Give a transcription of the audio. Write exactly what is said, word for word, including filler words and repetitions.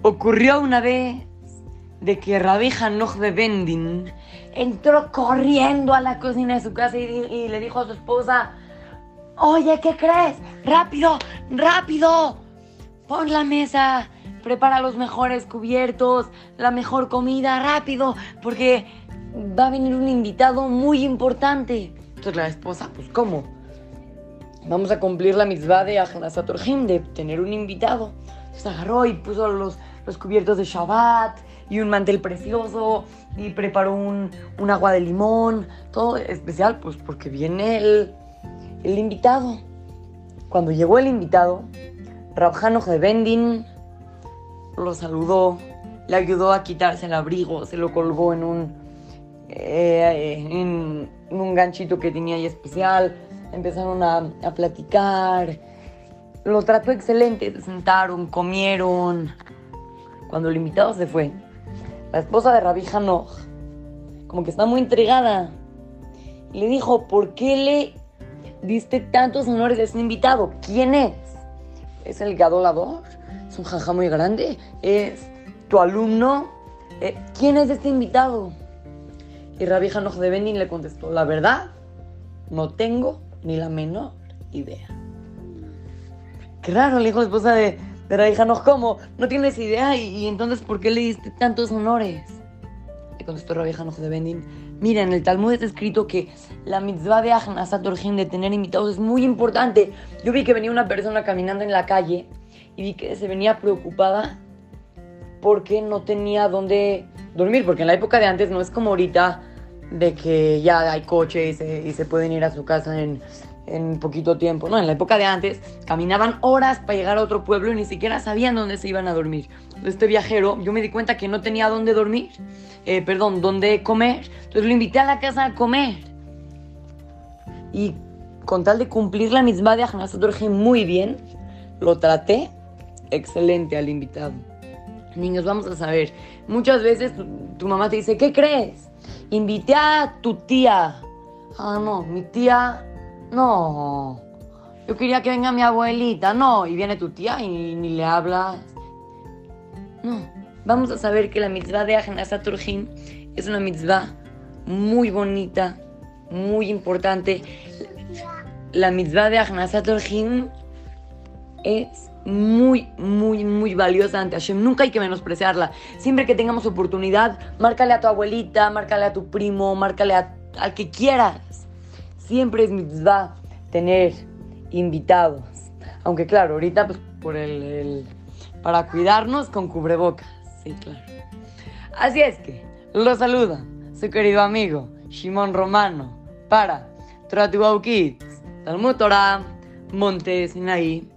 Ocurrió una vez de que Rabbi Hanoch de Bendin entró corriendo a la cocina de su casa y, y le dijo a su esposa: oye, ¿qué crees? ¡Rápido, rápido! Pon la mesa, prepara los mejores cubiertos, la mejor comida, rápido, porque va a venir un invitado muy importante. Entonces la esposa, pues ¿cómo? Vamos a cumplir la mitzvah de Achnasat Orjim, de tener un invitado. Entonces agarró y puso los, los cubiertos de Shabbat y un mantel precioso y preparó un, un agua de limón, todo especial, pues porque viene el, el invitado. Cuando llegó el invitado, Rab Hanoch de Bendin lo saludó, le ayudó a quitarse el abrigo, se lo colgó en un, eh, en, en un ganchito que tenía ahí especial. Empezaron a, a platicar, lo trató excelente, se sentaron, comieron. Cuando el invitado se fue, la esposa de Rabbi Hanoch, como que está muy intrigada, y le dijo: ¿por qué le diste tantos honores a ese invitado? ¿Quién es? ¿Es el Gadol Hador? ¿Es un jajá muy grande? ¿Es tu alumno? Eh, ¿Quién es este invitado? Y Rabbi Hanoch de Bendin le contestó: la verdad, no tengo ni la menor idea. Claro, le dijo la esposa de, de Rabbi Hanoch: ¿cómo? ¿No tienes idea? ¿Y, y entonces por qué le diste tantos honores? Le contestó Rabbi Hanoch de Bendin: mira, en el Talmud está escrito que la mitzvah de Achnasat Orjim, de tener invitados, es muy importante. Yo vi que venía una persona caminando en la calle y vi que se venía preocupada porque no tenía dónde dormir, porque en la época de antes no es como ahorita, de que ya hay coche y se, y se pueden ir a su casa en, en poquito tiempo. No, en la época de antes caminaban horas para llegar a otro pueblo y ni siquiera sabían dónde se iban a dormir. Este viajero, yo me di cuenta que no tenía dónde dormir, eh, perdón, dónde comer. Entonces lo invité a la casa a comer. Y con tal de cumplir la mitzvah de Achnasat Orjim muy bien, lo traté excelente al invitado. Niños, vamos a saber, muchas veces tu, tu mamá te dice: ¿qué crees? Invité a tu tía. Ah, no, mi tía, no. Yo quería que venga mi abuelita, no. Y viene tu tía y ni le hablas. No, vamos a saber que la mitzvah de Achnasat Orjim es una mitzvah muy bonita, muy importante. La mitzvah de Achnasat Orjim es muy, muy, muy valiosa ante Hashem. Nunca hay que menospreciarla. Siempre que tengamos oportunidad, márcale a tu abuelita, márcale a tu primo, márcale a, al que quieras. Siempre es mitzvah tener invitados. Aunque claro, ahorita pues por el, el para cuidarnos con cubrebocas. Sí, claro. Así es que lo saluda su querido amigo Shimon Romano para Torah to Go Kids, Talmud Torah, Monte Sinaí.